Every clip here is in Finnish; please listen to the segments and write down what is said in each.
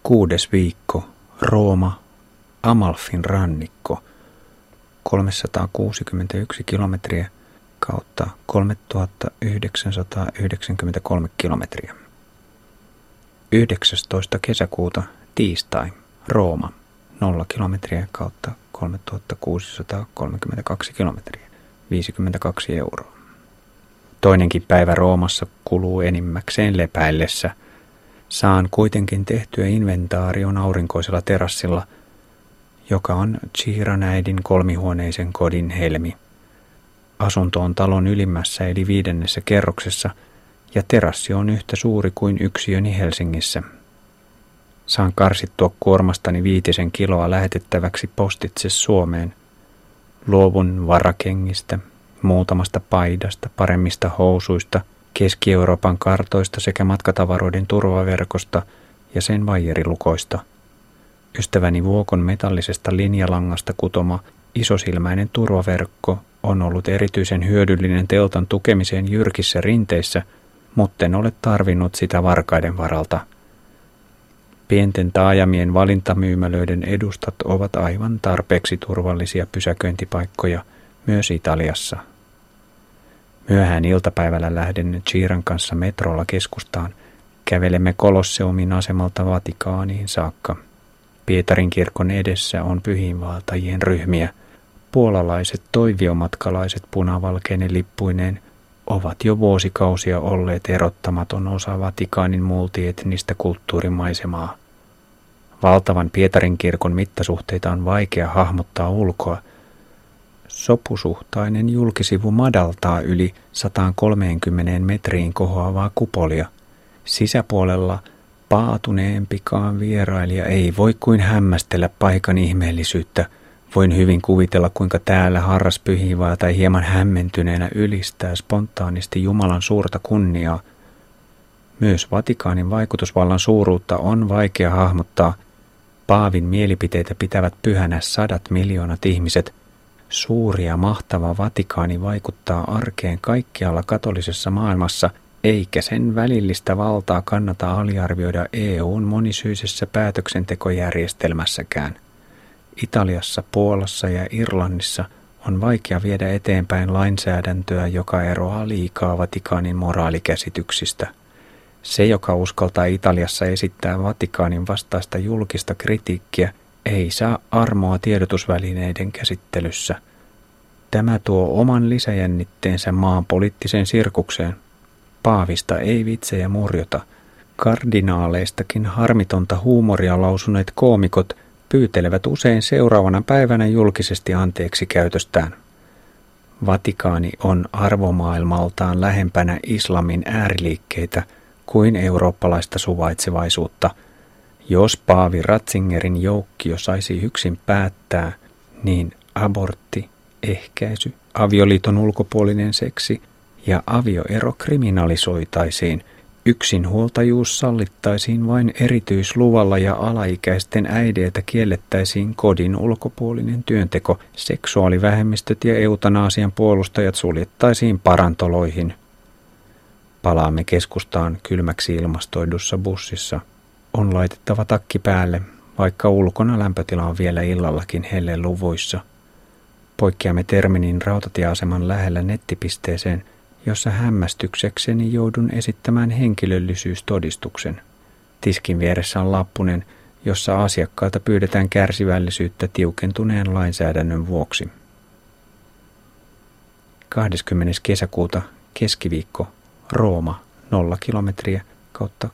6. viikko, Rooma, Amalfin rannikko, 361 kilometriä kautta 3993 kilometriä. 19. kesäkuuta, tiistai, Rooma, 0 kilometriä kautta 3632 kilometriä, 52 euroa. Toinenkin päivä Roomassa kuluu enimmäkseen lepäillessä. Saan kuitenkin tehtyä inventaarion aurinkoisella terassilla, joka on Chiiran-äidin kolmihuoneisen kodin helmi. Asunto on talon ylimmässä eli 5. kerroksessa ja terassi on yhtä suuri kuin yksiöni Helsingissä. Saan karsittua kuormastani 5 kiloa lähetettäväksi postitse Suomeen. Luovun varakengistä, muutamasta paidasta, paremmista housuista, Keski-Euroopan kartoista sekä matkatavaroiden turvaverkosta ja sen vaijerilukoista. Ystäväni Vuokon metallisesta linjalangasta kutoma isosilmäinen turvaverkko on ollut erityisen hyödyllinen teltan tukemiseen jyrkissä rinteissä, mutten ole tarvinnut sitä varkaiden varalta. Pienten taajamien valintamyymälöiden edustat ovat aivan tarpeeksi turvallisia pysäköintipaikkoja myös Italiassa. Myöhään iltapäivällä lähden Chiiran kanssa metrolla keskustaan. Kävelemme Kolosseumin asemalta Vatikaaniin saakka. Pietarin kirkon edessä on pyhiinvaeltajien ryhmiä. Puolalaiset toiviomatkalaiset punavalkeinen lippuineen ovat jo vuosikausia olleet erottamaton osa Vatikaanin multietnistä kulttuurimaisemaa. Valtavan Pietarin kirkon mittasuhteita on vaikea hahmottaa ulkoa. Sopusuhtainen julkisivu madaltaa yli 130 metriin kohoavaa kupolia. Sisäpuolella paatuneempikaan vierailija ei voi kuin hämmästellä paikan ihmeellisyyttä. Voin hyvin kuvitella, kuinka täällä harras pyhiinvaeltaja hieman hämmentyneenä ylistää spontaanisti Jumalan suurta kunniaa. Myös Vatikaanin vaikutusvallan suuruutta on vaikea hahmottaa. Paavin mielipiteitä pitävät pyhänä 100 miljoonat ihmiset. Suuri ja mahtava Vatikaani vaikuttaa arkeen kaikkialla katolisessa maailmassa, eikä sen välillistä valtaa kannata aliarvioida EU:n monisyisessä päätöksentekojärjestelmässäkään. Italiassa, Puolassa ja Irlannissa on vaikea viedä eteenpäin lainsäädäntöä, joka eroaa liikaa Vatikaanin moraalikäsityksistä. Se, joka uskaltaa Italiassa esittää Vatikaanin vastaista julkista kritiikkiä, ei saa armoa tiedotusvälineiden käsittelyssä. Tämä tuo oman lisäjännitteensä maan poliittiseen sirkukseen. Paavista ei vitsejä murjota. Kardinaaleistakin harmitonta huumoria lausuneet koomikot pyytelevät usein seuraavana päivänä julkisesti anteeksi käytöstään. Vatikaani on arvomaailmaltaan lähempänä islamin ääriliikkeitä kuin eurooppalaista suvaitsevaisuutta. Jos Paavi Ratzingerin joukkio saisi yksin päättää, niin abortti, ehkäisy, avioliiton ulkopuolinen seksi ja avioero kriminalisoitaisiin. Yksinhuoltajuus sallittaisiin vain erityisluvalla ja alaikäisten äideiltä kiellettäisiin kodin ulkopuolinen työnteko. Seksuaalivähemmistöt ja eutanaasian puolustajat suljettaisiin parantoloihin. Palaamme keskustaan kylmäksi ilmastoidussa bussissa. On laitettava takki päälle, vaikka ulkona lämpötila on vielä illallakin helleluvuissa. Poikkeamme Terminin rautatieaseman lähellä nettipisteeseen, jossa hämmästyksekseni joudun esittämään henkilöllisyystodistuksen. Tiskin vieressä on lappunen, jossa asiakkailta pyydetään kärsivällisyyttä tiukentuneen lainsäädännön vuoksi. 20. kesäkuuta, keskiviikko, Rooma, 0 kilometriä kautta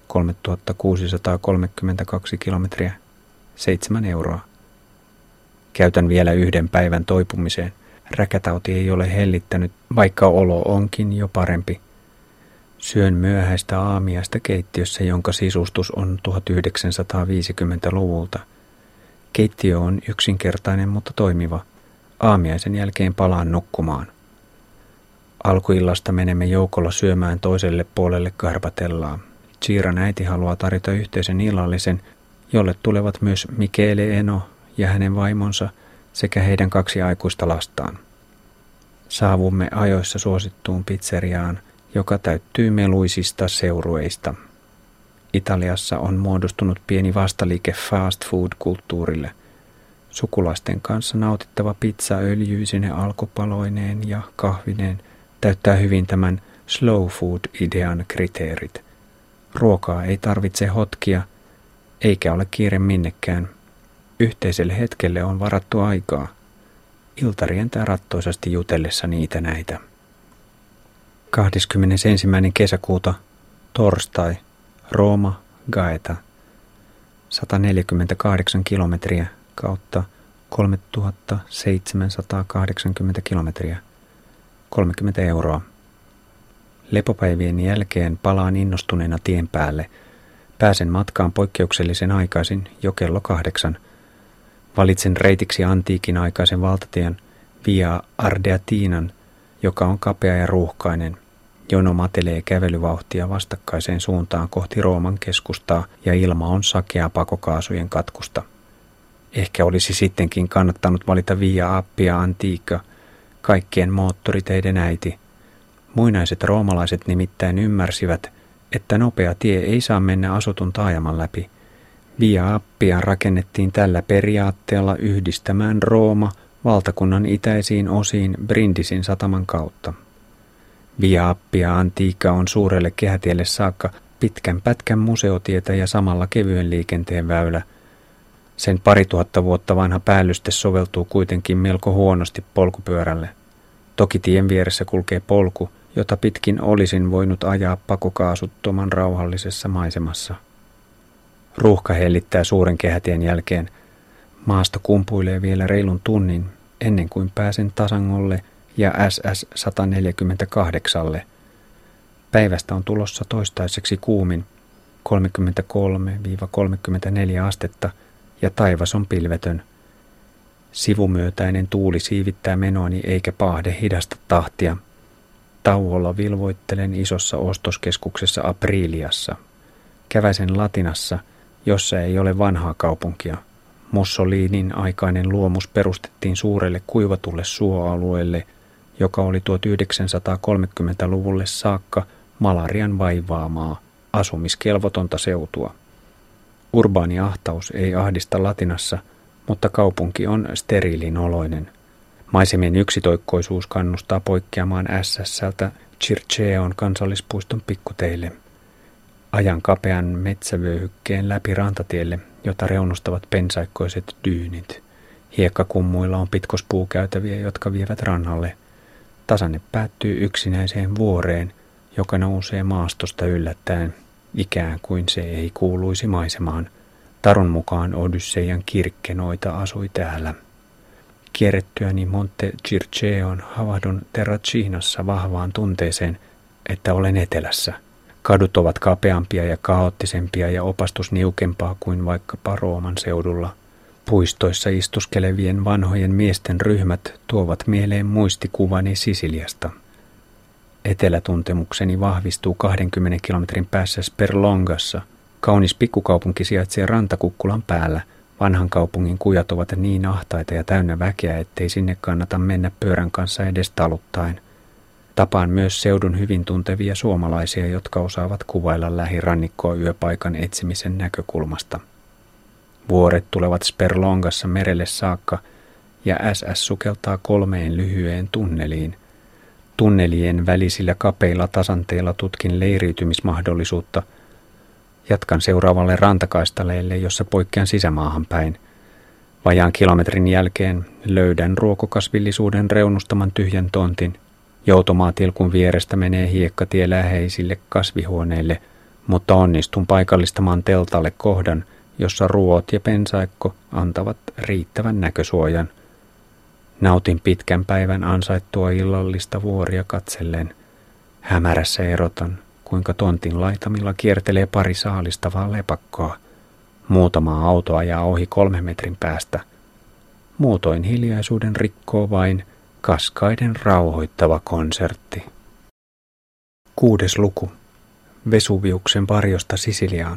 3632 kilometriä, 7 euroa. Käytän vielä 1 päivän toipumiseen. Räkätauti ei ole hellittänyt, vaikka olo onkin jo parempi. Syön myöhäistä aamiaista keittiössä, jonka sisustus on 1950-luvulta. Keittiö on yksinkertainen, mutta toimiva. Aamiaisen jälkeen palaan nukkumaan. Alkuillasta menemme joukolla syömään toiselle puolelle Garbatellaa. Chiiran äiti haluaa tarjota yhteisen illallisen, jolle tulevat myös Michele Eno ja hänen vaimonsa sekä heidän 2 aikuista lastaan. Saavumme ajoissa suosittuun pizzeriaan, joka täyttyy meluisista seurueista. Italiassa on muodostunut pieni vastaliike fast food-kulttuurille. Sukulaisten kanssa nautittava pizza öljyisine alkupaloineen ja kahvineen täyttää hyvin tämän slow food-idean kriteerit. Ruokaa ei tarvitse hotkia, eikä ole kiire minnekään. Yhteiselle hetkelle on varattu aikaa. Ilta rientää rattoisasti jutellessa niitä näitä. 21. kesäkuuta, torstai, Rooma, Gaeta. 148 kilometriä kautta 3780 kilometriä. 30 euroa. Lepopäivien jälkeen palaan innostuneena tien päälle. Pääsen matkaan poikkeuksellisen aikaisin jo kello 8. Valitsen reitiksi antiikin aikaisen valtatien Via Ardeatinan, joka on kapea ja ruuhkainen. Jono matelee kävelyvauhtia vastakkaiseen suuntaan kohti Rooman keskustaa ja ilma on sakea pakokaasujen katkusta. Ehkä olisi sittenkin kannattanut valita Via Appia Antica, kaikkien moottoriteiden äiti. Muinaiset roomalaiset nimittäin ymmärsivät, että nopea tie ei saa mennä asutun taajaman läpi. Via Appia rakennettiin tällä periaatteella yhdistämään Rooma valtakunnan itäisiin osiin Brindisin sataman kautta. Via Appia Antica on suurelle kehätielle saakka pitkän pätkän museotietä ja samalla kevyen liikenteen väylä. Sen 2000 vuotta vanha päällyste soveltuu kuitenkin melko huonosti polkupyörälle. Toki tien vieressä kulkee polku, jota pitkin olisin voinut ajaa pakokaasuttoman rauhallisessa maisemassa. Ruuhka hellittää suuren kehätien jälkeen. Maasto kumpuilee vielä reilun tunnin ennen kuin pääsen Tasangolle ja SS 148. Päivästä on tulossa toistaiseksi kuumin 33-34 astetta ja taivas on pilvetön. Sivumyötäinen tuuli siivittää menoani eikä paahde hidasta tahtia. Tauolla vilvoittelen isossa ostoskeskuksessa Apriliassa. Käväisen Latinassa, jossa ei ole vanhaa kaupunkia. Mussolinin aikainen luomus perustettiin suurelle kuivatulle suoalueelle, joka oli 1930-luvulle saakka malarian vaivaamaa, asumiskelvotonta seutua. Urbaani ahtaus ei ahdista Latinassa, mutta kaupunki on steriilin oloinen. Maisemien yksitoikkoisuus kannustaa poikkeamaan SS:ltä Circeon kansallispuiston pikkuteille. Ajan kapean metsävyöhykkeen läpi rantatielle, jota reunustavat pensaikkoiset dyynit. Hiekkakummuilla on pitkospuukäytäviä, jotka vievät rannalle. Tasanne päättyy yksinäiseen vuoreen, joka nousee maastosta yllättäen, ikään kuin se ei kuuluisi maisemaan. Tarun mukaan Odysseian kirkkenoita asui täällä. Kierrettyäni Monte Circeon havahdun Terracinassa vahvaan tunteeseen, että olen etelässä. Kadut ovat kapeampia ja kaoottisempia ja opastus niukempaa kuin vaikkapa Rooman seudulla. Puistoissa istuskelevien vanhojen miesten ryhmät tuovat mieleen muistikuvani Sisiliasta. Etelätuntemukseni vahvistuu 20 kilometrin päässä Sperlongassa. Kaunis pikkukaupunki sijaitsee rantakukkulan päällä. Vanhan kaupungin kujat ovat niin ahtaita ja täynnä väkeä, ettei sinne kannata mennä pyörän kanssa edes taluttaen. Tapaan myös seudun hyvin tuntevia suomalaisia, jotka osaavat kuvailla lähirannikkoa yöpaikan etsimisen näkökulmasta. Vuoret tulevat Sperlongassa merelle saakka ja SS sukeltaa 3 lyhyeen tunneliin. Tunnelien välisillä kapeilla tasanteilla tutkin leiriytymismahdollisuutta. Jatkan seuraavalle rantakaistaleelle, jossa poikkean sisämaahan päin. Vajaan kilometrin jälkeen löydän ruokokasvillisuuden reunustaman tyhjän tontin. Joutomaatilkun vierestä menee hiekkatie läheisille kasvihuoneille, mutta onnistun paikallistamaan teltalle kohdan, jossa ruoat ja pensaikko antavat riittävän näkösuojan. Nautin pitkän päivän ansaittua illallista vuoria katsellen. Hämärässä erotan, kuinka tontin laitamilla kiertelee pari saalistavaa lepakkoa. Muutama auto ajaa ohi 3 metrin päästä. Muutoin hiljaisuuden rikkoo vain Kaskaiden rauhoittava konsertti. 6. luku. Vesuviuksen varjosta Sisiliaan.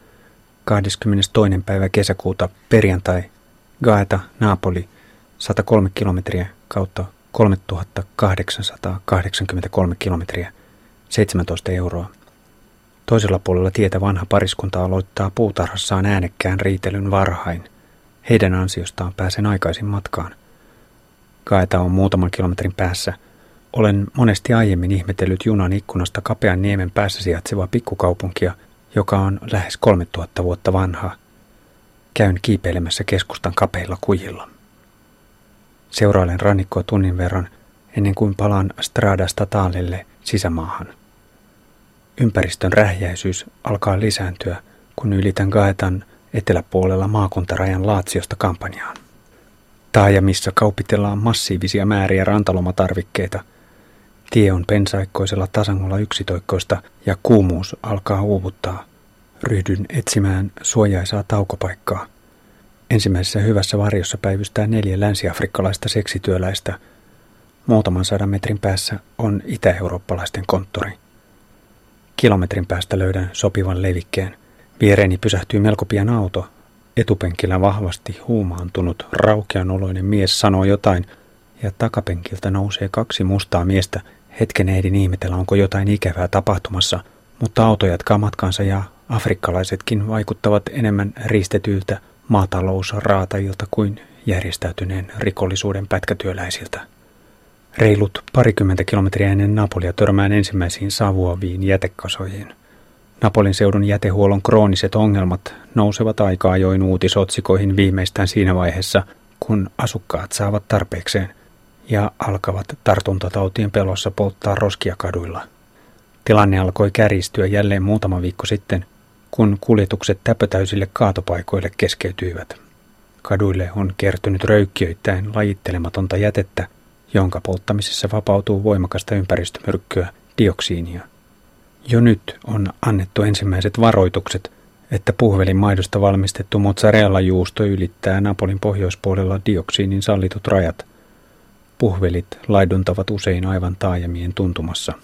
22. päivä kesäkuuta perjantai. Gaeta, Napoli. 103 kilometriä kautta 3883 kilometriä. 17 euroa. Toisella puolella tietä vanha pariskunta aloittaa puutarhassaan äänekkään riitelyn varhain. Heidän ansiostaan pääsen aikaisin matkaan. Gaeta on muutaman kilometrin päässä. Olen monesti aiemmin ihmetellyt junan ikkunasta kapean niemen päässä sijaitsevaa pikkukaupunkia, joka on lähes 3000 vuotta vanha. Käyn kiipeilemässä keskustan kapeilla kujilla. Seurailen rannikkoa tunnin verran ennen kuin palaan Strada Statalelle sisämaahan. Ympäristön rähjäisyys alkaa lisääntyä, kun ylitän Gaetan eteläpuolella maakuntarajan Laatsiosta Campaniaan. Taajamissa kaupitellaan massiivisia määriä rantalomatarvikkeita. Tie on pensaikkoisella tasangolla yksitoikkoista ja kuumuus alkaa uuvuttaa. Ryhdyn etsimään suojaisaa taukopaikkaa. Ensimmäisessä hyvässä varjossa päivystää 4 länsi-afrikkalaista seksityöläistä. Muutaman 100 metrin päässä on itä-eurooppalaisten konttori. Kilometrin päästä löydän sopivan levikkeen. Viereeni pysähtyy melko pian auto. Etupenkillä vahvasti huumaantunut, raukeanoloinen mies sanoo jotain, ja takapenkiltä nousee 2 mustaa miestä. Hetken ehdin ihmetellä, onko jotain ikävää tapahtumassa, mutta auto jatkaa matkansa ja afrikkalaisetkin vaikuttavat enemmän riistetyiltä maatalousraatajilta kuin järjestäytyneen rikollisuuden pätkätyöläisiltä. Reilut 20 kilometriä ennen Napolia törmään ensimmäisiin savuaviin jätekasoihin. Napolin seudun jätehuollon krooniset ongelmat nousevat aika ajoin uutisotsikoihin viimeistään siinä vaiheessa, kun asukkaat saavat tarpeekseen ja alkavat tartuntatautien pelossa polttaa roskia kaduilla. Tilanne alkoi kärjistyä jälleen muutama viikko sitten, kun kuljetukset täpötäysille kaatopaikoille keskeytyivät. Kaduille on kertynyt röykkiöittäin lajittelematonta jätettä, jonka polttamisessa vapautuu voimakasta ympäristömyrkkyä, dioksiinia. Jo nyt on annettu ensimmäiset varoitukset, että puhvelin maidosta valmistettu mozzarella-juusto ylittää Napolin pohjoispuolella dioksiinin sallitut rajat. Puhvelit laiduntavat usein aivan taajamien tuntumassa.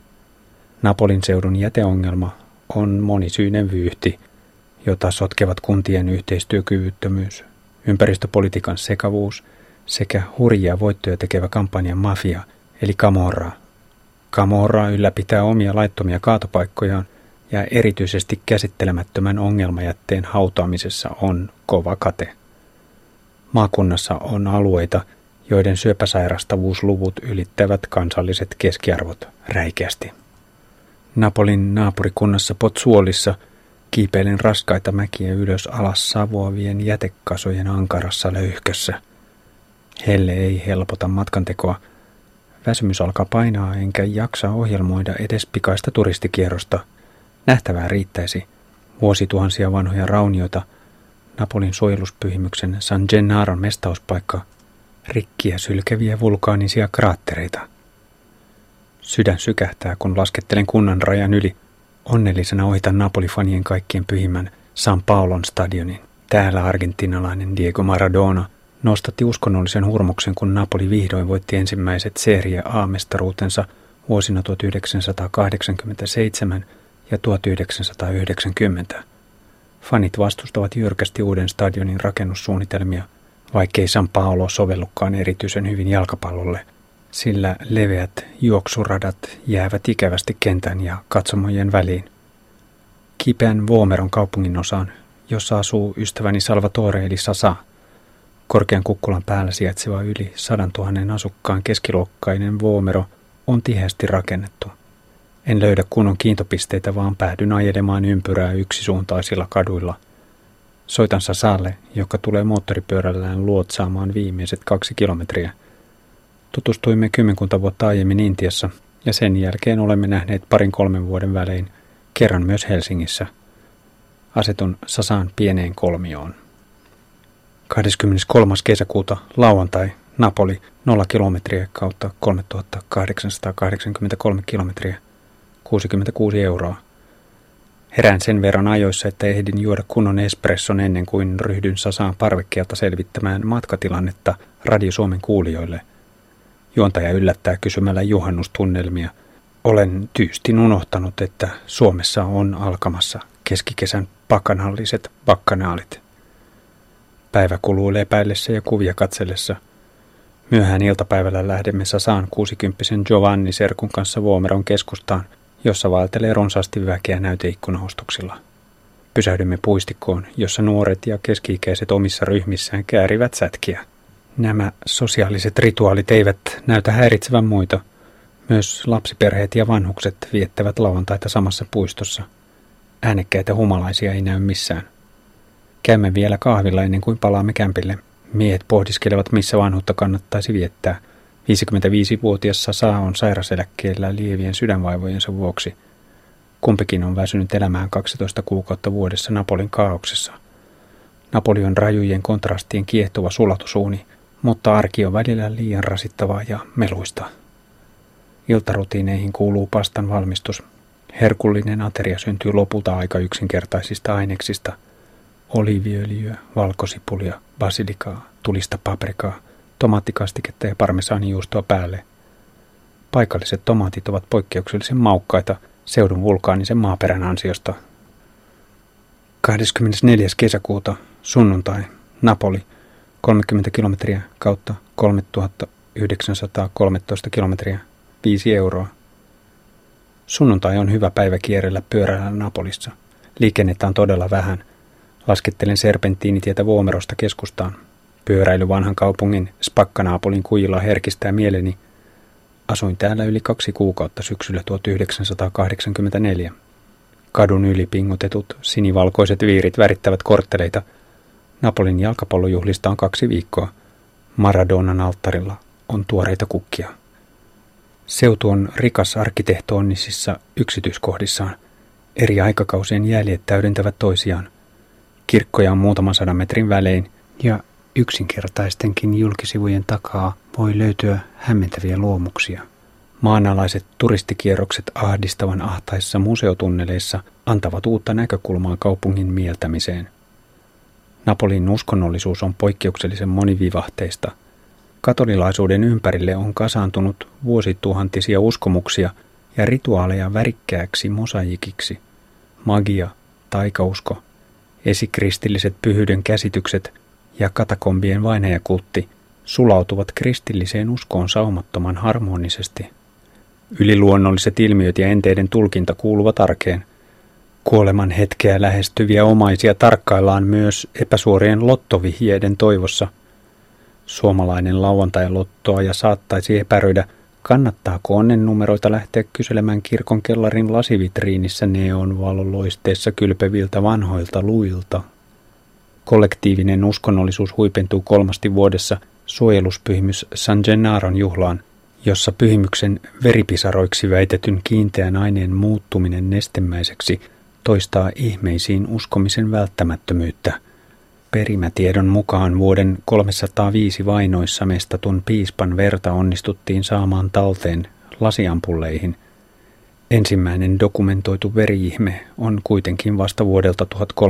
Napolin seudun jäteongelma on monisyinen vyyhti, jota sotkevat kuntien yhteistyökyvyttömyys, ympäristöpolitiikan sekavuus sekä hurjia voittoja tekevä kampanjan mafia eli Camorra. Camorra ylläpitää omia laittomia kaatopaikkojaan ja erityisesti käsittelemättömän ongelmajätteen hautaamisessa on kova kate. Maakunnassa on alueita, joiden syöpäsairastavuusluvut ylittävät kansalliset keskiarvot räikeästi. Napolin naapurikunnassa Pozzuolissa kiipeilen raskaita mäkiä ylös alas savuavien jätekasojen ankarassa löyhkössä. Helle ei helpota matkantekoa. Väsymys alkaa painaa enkä jaksa ohjelmoida edes pikaista turistikierrosta. Nähtävää riittäisi. Vuosituhansia vanhoja raunioita, Napolin suojeluspyhimyksen San Gennaron mestauspaikka, rikkiä sylkeviä vulkaanisia kraattereita. Sydän sykähtää, kun laskettelen kunnan rajan yli. Onnellisena ohitan Napoli-fanien kaikkien pyhimmän San Paolon stadionin. Täällä argentinalainen Diego Maradona nostatti uskonnollisen hurmuksen, kun Napoli vihdoin voitti ensimmäiset Serie A-mestaruutensa vuosina 1987 ja 1990. Fanit vastustavat jyrkästi uuden stadionin rakennussuunnitelmia, vaikkei San Paolo sovellukaan erityisen hyvin jalkapallolle, sillä leveät juoksuradat jäävät ikävästi kentän ja katsomojen väliin. Kipeän Vomeron kaupunginosaan, jossa asuu ystäväni Salvatore eli Sasa. Korkean kukkulan päällä sijaitseva yli 100 000 asukkaan keskiluokkainen Vomero on tiheästi rakennettu. En löydä kunnon kiintopisteitä, vaan päädyn ajelemaan ympyrää yksisuuntaisilla kaduilla. Soitan Sasalle, joka tulee moottoripyörällään luotsaamaan viimeiset 2 kilometriä. Tutustuimme 10 vuotta aiemmin Intiassa ja sen jälkeen olemme nähneet 2-3 vuoden välein, kerran myös Helsingissä. Asetun Sasaan pieneen kolmioon. 23. kesäkuuta lauantai, Napoli, 0 kilometriä kautta 3883 kilometriä, 66 €. Herään sen verran ajoissa, että ehdin juoda kunnon espresson ennen kuin ryhdyn Sasaan parvekkeelta selvittämään matkatilannetta Radio Suomen kuulijoille. Juontaja yllättää kysymällä juhannustunnelmia. Olen tyystin unohtanut, että Suomessa on alkamassa keskikesän pakanalliset bakkanaalit. Päivä kuluu lepäillessä ja kuvia katsellessa. Myöhään iltapäivällä lähdemme Sasaan 60 Giovanni Serkun kanssa Vomeron keskustaan, jossa vaeltelee runsaasti väkeä näyteikkunaostoksilla. Pysähdymme puistikkoon, jossa nuoret ja keski-ikäiset omissa ryhmissään käärivät sätkiä. Nämä sosiaaliset rituaalit eivät näytä häiritsevän muita. Myös lapsiperheet ja vanhukset viettävät lauantaita samassa puistossa. Äänekkäitä humalaisia ei näy missään. Käymme vielä kahvilla ennen kuin palaamme kämpille. Miehet pohdiskelevat, missä vanhuutta kannattaisi viettää. 55-vuotias Sasa on sairaseläkkeellä lievien sydänvaivojensa vuoksi. Kumpikin on väsynyt elämään 12 kuukautta vuodessa Napolin kaauksessa. Napoli on rajujen kontrastien kiehtova sulatusuuni, mutta arki on välillä liian rasittavaa ja meluista. Iltarutiineihin kuuluu pastan valmistus. Herkullinen ateria syntyy lopulta aika yksinkertaisista aineksista. Oliiviöljyä, valkosipulia, basilikaa, tulista paprikaa, tomaattikastiketta ja parmesaanijuustoa päälle. Paikalliset tomaatit ovat poikkeuksellisen maukkaita seudun vulkaanisen maaperän ansiosta. 24. kesäkuuta, sunnuntai, Napoli, 30 kilometriä kautta 3913 kilometriä, 5 euroa. Sunnuntai on hyvä päivä kierrellä pyörällä Napolissa. Liikennettä on todella vähän. Laskettelen serpenttiinitietä Vuomerosta keskustaan. Pyöräily vanhan kaupungin Spaccanaapolin kujilla herkistää mieleni. Asuin täällä yli 2 kuukautta syksyllä 1984. Kadun yli pingotetut sinivalkoiset viirit värittävät kortteleita. Napolin jalkapallojuhlista on 2 viikkoa. Maradonan alttarilla on tuoreita kukkia. Seutu on rikas arkkitehtonisissa yksityiskohdissaan. Eri aikakausien jäljet täydentävät toisiaan. Kirkkoja on muutaman 100 metrin välein ja yksinkertaistenkin julkisivujen takaa voi löytyä hämmentäviä luomuksia. Maanalaiset turistikierrokset ahdistavan ahtaissa museotunneleissa antavat uutta näkökulmaa kaupungin mieltämiseen. Napolin uskonnollisuus on poikkeuksellisen monivivahteista. Katolilaisuuden ympärille on kasaantunut vuosituhantisia uskomuksia ja rituaaleja värikkääksi mosaikiksi. Magia, taikausko, esikristilliset pyhyyden käsitykset ja katakombien vainajakultti sulautuvat kristilliseen uskoon saumattoman harmonisesti. Yliluonnolliset ilmiöt ja enteiden tulkinta kuuluvat arkeen. Kuoleman hetkeä lähestyviä omaisia tarkkaillaan myös epäsuorien lottovihjeiden toivossa. Suomalainen lauantai-lottoa ja saattaisi epäröidä, kannattaako onnennumeroita lähteä kyselemään kirkon kellarin lasivitriinissä neonvaloloisteessa kylpeviltä vanhoilta luilta. Kollektiivinen uskonnollisuus huipentuu 3 vuodessa suojeluspyhimys San Gennaron juhlaan, jossa pyhimyksen veripisaroiksi väitetyn kiinteän aineen muuttuminen nestemäiseksi toistaa ihmeisiin uskomisen välttämättömyyttä. Perimätiedon mukaan vuoden 305 vainoissa mestatun piispan verta onnistuttiin saamaan talteen lasiampulleihin. Ensimmäinen dokumentoitu veri-ihme on kuitenkin vasta vuodelta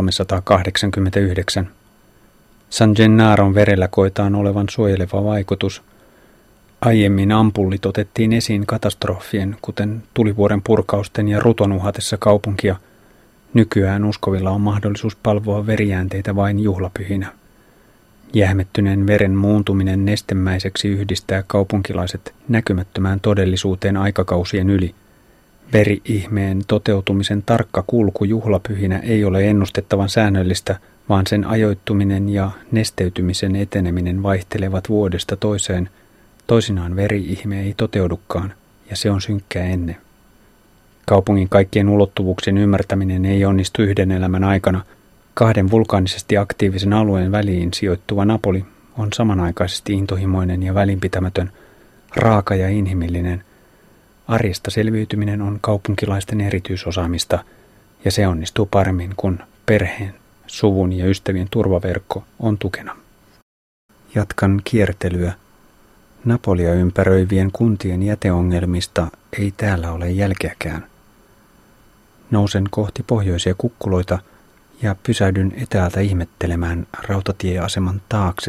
1389. San Gennaron verellä koetaan olevan suojeleva vaikutus. Aiemmin ampullit otettiin esiin katastrofien, kuten tulivuoren purkausten ja ruton uhatessa kaupunkia. Nykyään uskovilla on mahdollisuus palvoa verijäänteitä vain juhlapyhinä. Jähmettyneen veren muuntuminen nestemäiseksi yhdistää kaupunkilaiset näkymättömään todellisuuteen aikakausien yli. Veri-ihmeen toteutumisen tarkka kulku juhlapyhinä ei ole ennustettavan säännöllistä, vaan sen ajoittuminen ja nesteytymisen eteneminen vaihtelevat vuodesta toiseen. Toisinaan veri-ihme ei toteudukaan, ja se on synkkää ennen. Kaupungin kaikkien ulottuvuuksien ymmärtäminen ei onnistu yhden elämän aikana. 2 vulkaanisesti aktiivisen alueen väliin sijoittuva Napoli on samanaikaisesti intohimoinen ja välinpitämätön, raaka ja inhimillinen. Arjesta selviytyminen on kaupunkilaisten erityisosaamista, ja se onnistuu paremmin, kun perheen, suvun ja ystävien turvaverkko on tukena. Jatkan kiertelyä. Napolia ympäröivien kuntien jäteongelmista ei täällä ole jälkeäkään. Nousen kohti pohjoisia kukkuloita ja pysähdyn etäältä ihmettelemään rautatieaseman taakse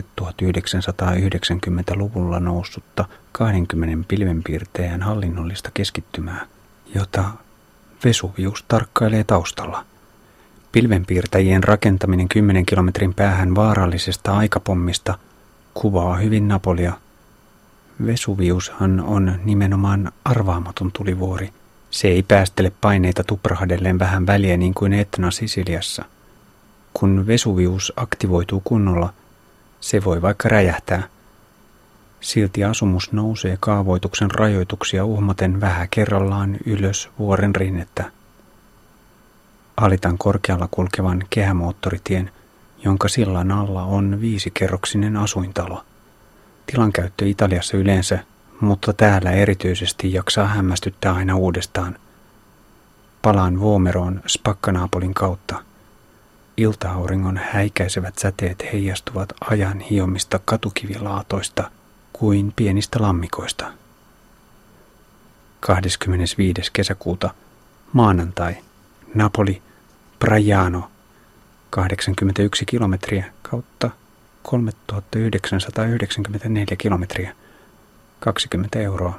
1990-luvulla noussutta 20 pilvenpiirtäjän hallinnollista keskittymää, jota Vesuvius tarkkailee taustalla. Pilvenpiirtäjien rakentaminen 10 kilometrin päähän vaarallisesta aikapommista kuvaa hyvin Napolia. Vesuviushan on nimenomaan arvaamaton tulivuori. Se ei päästele paineita tuprahdelleen vähän väliä niin kuin Etna Sisiliassa. Kun Vesuvius aktivoituu kunnolla, se voi vaikka räjähtää. Silti asumus nousee kaavoituksen rajoituksia uhmaten vähän kerrallaan ylös vuoren rinnettä. Alitan korkealla kulkevan kehämoottoritien, jonka sillan alla on 5-kerroksinen asuintalo. Tilankäyttö Italiassa yleensä, mutta täällä erityisesti jaksaa hämmästyttää aina uudestaan. Palaan Vomeroon Spaccanapolin kautta. Ilta-auringon häikäisevät säteet heijastuvat ajan hiomista katukivilaatoista kuin pienistä lammikoista. 25. kesäkuuta, maanantai, Napoli, Braiano, 81 kilometriä kautta 3994 kilometriä, 20 euroa.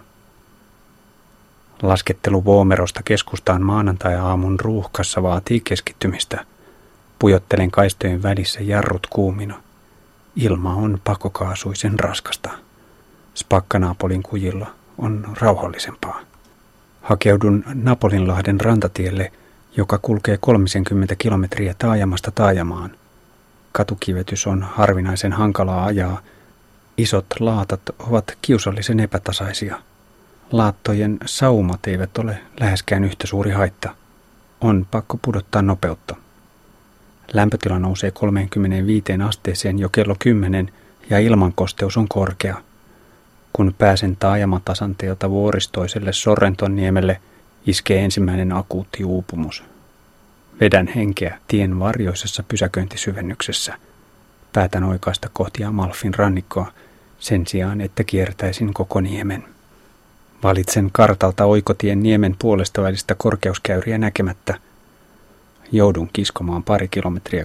Laskettelu Vomerosta keskustaan maanantai-aamun ruuhkassa vaatii keskittymistä. Pujottelen kaistojen välissä jarrut kuumina. Ilma on pakokaasuisen raskasta. Spaccanapolin kujilla on rauhallisempaa. Hakeudun Napolinlahden rantatielle, joka kulkee 30 kilometriä taajamasta taajamaan. Katukivetys on harvinaisen hankalaa ajaa. Isot laatat ovat kiusallisen epätasaisia. Laattojen saumat eivät ole läheskään yhtä suuri haitta. On pakko pudottaa nopeutta. Lämpötila nousee 35 asteeseen jo kello 10 ja ilmankosteus on korkea. Kun pääsen taajamatasanteelta vuoristoiselle Sorrentonniemelle, iskee ensimmäinen akuutti uupumus. Vedän henkeä tien varjoisessa pysäköintisyvennyksessä. Päätän oikaista kohti Amalfin rannikkoa sen sijaan, että kiertäisin koko niemen. Valitsen kartalta oikotien niemen puolesta välistä korkeuskäyriä näkemättä. Joudun kiskomaan pari kilometriä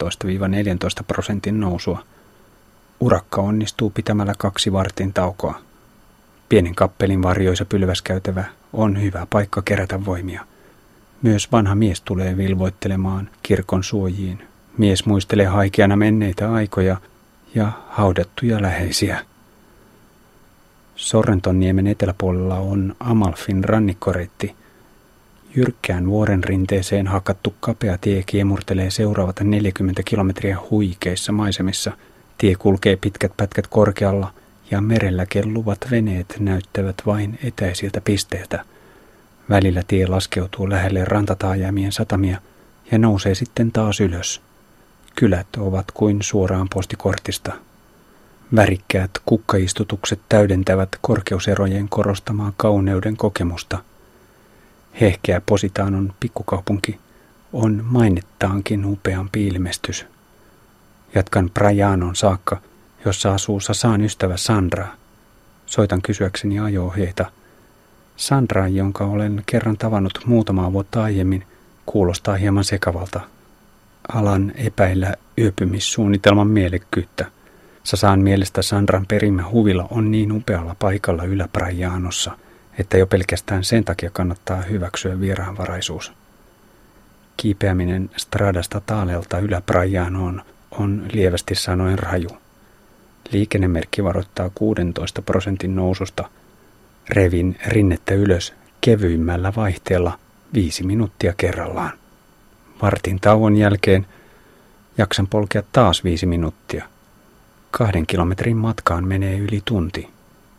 13–14% nousua. Urakka onnistuu pitämällä 2 vartin taukoa. Pienen kappelin varjoisa pylväskäytävä on hyvä paikka kerätä voimia. Myös vanha mies tulee vilvoittelemaan kirkon suojiin. Mies muistelee haikeana menneitä aikoja ja haudattuja läheisiä. Sorrentonniemen eteläpuolella on Amalfin rannikkoreitti. Jyrkkään vuoren rinteeseen hakattu kapea tie kiemurtelee seuraavat 40 kilometriä huikeissa maisemissa. Tie kulkee pitkät pätkät korkealla ja merellä kelluvat veneet näyttävät vain etäisiltä pisteiltä. Välillä tie laskeutuu lähelle rantataajamien satamia ja nousee sitten taas ylös. Kylät ovat kuin suoraan postikortista. Värikkäät kukkaistutukset täydentävät korkeuserojen korostamaa kauneuden kokemusta. Hehkeä Positanon pikkukaupunki on mainettaankin upeampi ilmestys. Jatkan Braianon saakka, jossa asuu Sasan ystävä Sandra. Soitan kysyäkseni ajo-ohjeita. Sandra, jonka olen kerran tavannut muutamaa vuotta aiemmin, kuulostaa hieman sekavalta. Alan epäillä yöpymissuunnitelman mielekkyyttä. Sasan mielestä Sandran perimä huvila on niin upealla paikalla Ylä-Braianossa, että jo pelkästään sen takia kannattaa hyväksyä vieraanvaraisuus. Kiipeäminen Stradasta Taalelta Ylä-Braianoon on lievästi sanoen raju. Liikennemerkki varoittaa 16% noususta. Revin rinnettä ylös kevyimmällä vaihteella 5 minuuttia kerrallaan. Vartin tauon jälkeen jaksan polkea taas 5 minuuttia. 2 kilometrin matkaan menee yli tunti.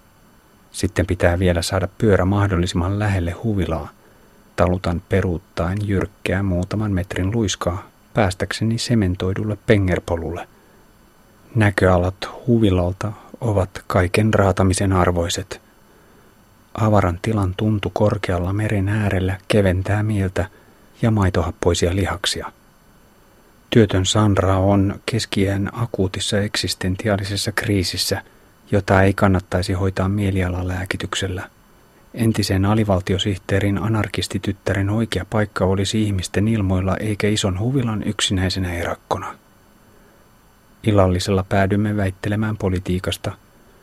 Sitten pitää vielä saada pyörä mahdollisimman lähelle huvilaa. Talutan peruuttaen jyrkkää muutaman metrin luiskaa päästäkseni sementoidulle pengerpolulle. Näköalat huvilalta ovat kaiken raatamisen arvoiset. Avaran tilan tuntu korkealla meren äärellä keventää mieltä ja maitohappoisia lihaksia. Työtön Sandra on keski-iän akuutissa eksistentiaalisessa kriisissä, jota ei kannattaisi hoitaa mielialalääkityksellä. Entisen alivaltiosihteerin anarkistityttären oikea paikka olisi ihmisten ilmoilla eikä ison huvilan yksinäisenä erakkona. Illallisella päädymme väittelemään politiikasta,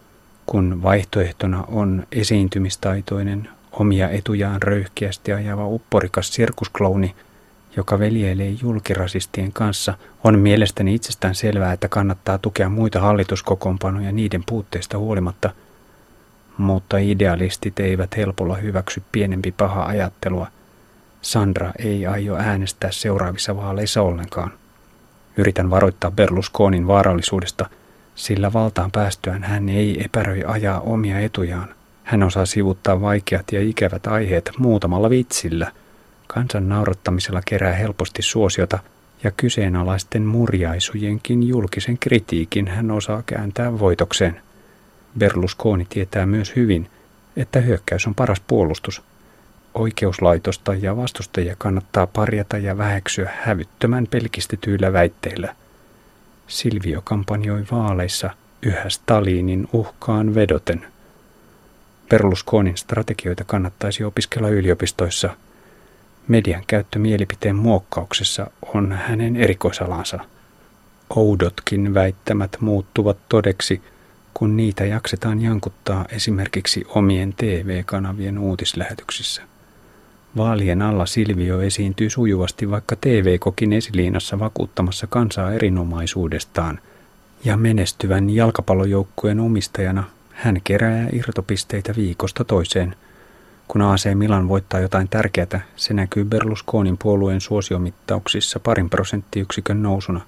kun vaihtoehtona on esiintymistaitoinen, omia etujaan röyhkeästi ajava upporikas sirkusklouni, joka veljeilee julkirasistien kanssa, on mielestäni itsestään selvää, että kannattaa tukea muita hallituskokoonpanoja niiden puutteista huolimatta, mutta idealistit eivät helpolla hyväksy pienempi paha ajattelua. Sandra ei aio äänestää seuraavissa vaaleissa ollenkaan. Yritän varoittaa Berlusconin vaarallisuudesta, sillä valtaan päästyään hän ei epäröi ajaa omia etujaan. Hän osaa sivuttaa vaikeat ja ikävät aiheet muutamalla vitsillä. Kansan naurattamisella kerää helposti suosiota ja kyseenalaisten murjaisujenkin julkisen kritiikin hän osaa kääntää voitokseen. Berlusconi tietää myös hyvin, että hyökkäys on paras puolustus. Oikeuslaitosta ja vastustajia kannattaa parjata ja väheksyä hävyttömän pelkistetyillä väitteillä. Silvio kampanjoi vaaleissa yhä Stalinin uhkaan vedoten. Berlusconin strategioita kannattaisi opiskella yliopistoissa. Median käyttö mielipiteen muokkauksessa on hänen erikoisalansa. Oudotkin väittämät muuttuvat todeksi, kun niitä jaksetaan jankuttaa esimerkiksi omien TV-kanavien uutislähetyksissä. Vaalien alla Silvio esiintyy sujuvasti vaikka TV-kokin esiliinassa vakuuttamassa kansaa erinomaisuudestaan, ja menestyvän jalkapallojoukkueen omistajana hän kerää irtopisteitä viikosta toiseen. Kun AC Milan voittaa jotain tärkeää, se näkyy Berlusconin puolueen suosiomittauksissa 2% nousuna.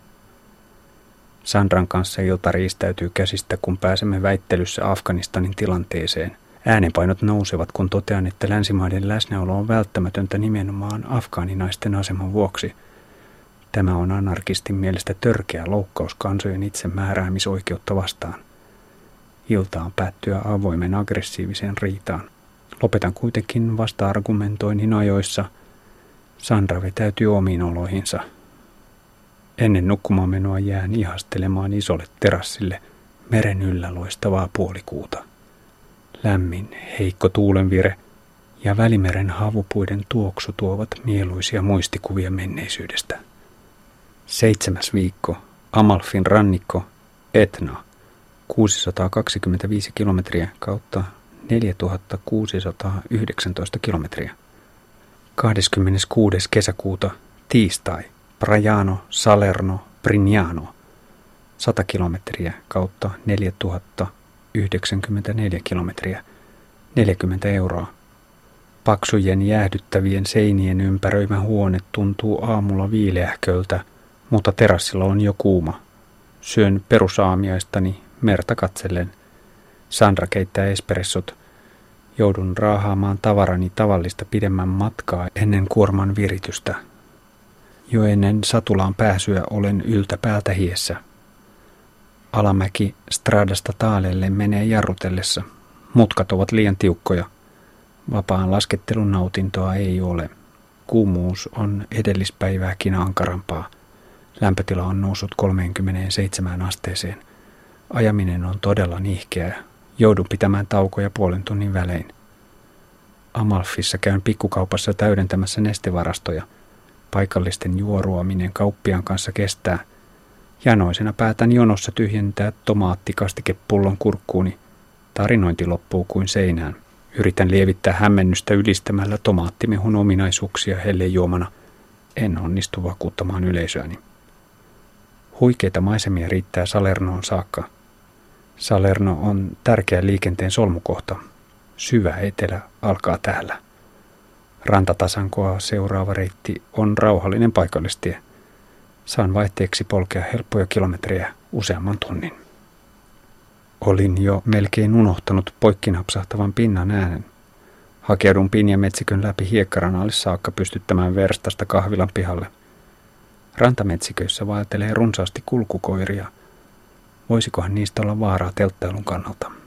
Sandran kanssa ilta riistäytyy käsistä, kun pääsemme väittelyssä Afganistanin tilanteeseen. Äänenpainot nousevat, kun totean, että länsimaiden läsnäolo on välttämätöntä nimenomaan afgaaninaisten aseman vuoksi. Tämä on anarkistin mielestä törkeä loukkaus kansojen itsemääräämisoikeutta vastaan. Ilta on päättyä avoimen aggressiiviseen riitaan. Lopetan kuitenkin vasta-argumentoinnin ajoissa. Sandra vetäytyy omiin oloihinsa. Ennen nukkumaanmenoa jään ihastelemaan isolle terassille meren yllä loistavaa puolikuuta. Lämmin, heikko tuulenvire ja Välimeren havupuiden tuoksu tuovat mieluisia muistikuvia menneisyydestä. 7. viikko, Amalfin rannikko, Etna, 625 kilometriä kautta 4619 kilometriä. 26. kesäkuuta, tiistai, Praiano, Salerno, Prignano, 100 kilometriä kautta 4094 kilometriä, 40 €. Paksujen jäähdyttävien seinien ympäröimä huone tuntuu aamulla viileähköltä, mutta terassilla on jo kuuma. Syön perusaamiaistani merta katsellen. Sandra keittää espressot. Joudun raahaamaan tavarani tavallista pidemmän matkaa ennen kuorman viritystä. Jo ennen Satulaan pääsyä olen yltä päältä hiessä. Alamäki Stradasta Taalelle menee jarrutellessa. Mutkat ovat liian tiukkoja. Vapaan laskettelun nautintoa ei ole. Kuumuus on edellispäivääkin ankarampaa. Lämpötila on noussut 37 asteeseen. Ajaminen on todella nihkeää. Joudun pitämään taukoja puolen tunnin välein. Amalfissa käyn pikkukaupassa täydentämässä nestevarastoja. Paikallisten juoruaminen kauppiaan kanssa kestää. Janoisena päätän jonossa tyhjentää tomaattikastikepullon kurkkuuni. Tarinointi loppuu kuin seinään. Yritän lievittää hämmennystä ylistämällä tomaattimehun ominaisuuksia hellejuomana. En onnistu vakuuttamaan yleisöäni. Huikeita maisemia riittää Salernoon saakka. Salerno on tärkeä liikenteen solmukohta. Syvä etelä alkaa täällä. Rantatasankoa seuraava reitti on rauhallinen paikallistie. Saan vaihteeksi polkea helppoja kilometrejä useamman tunnin. Olin jo melkein unohtanut poikkinapsahtavan pinnan äänen. Hakeudun pinjametsikön läpi hiekkaranaalle saakka pystyttämään verstasta kahvilan pihalle. Rantametsiköissä vaeltelee runsaasti kulkukoiria. Voisikohan niistä olla vaaraa telttailun kannalta?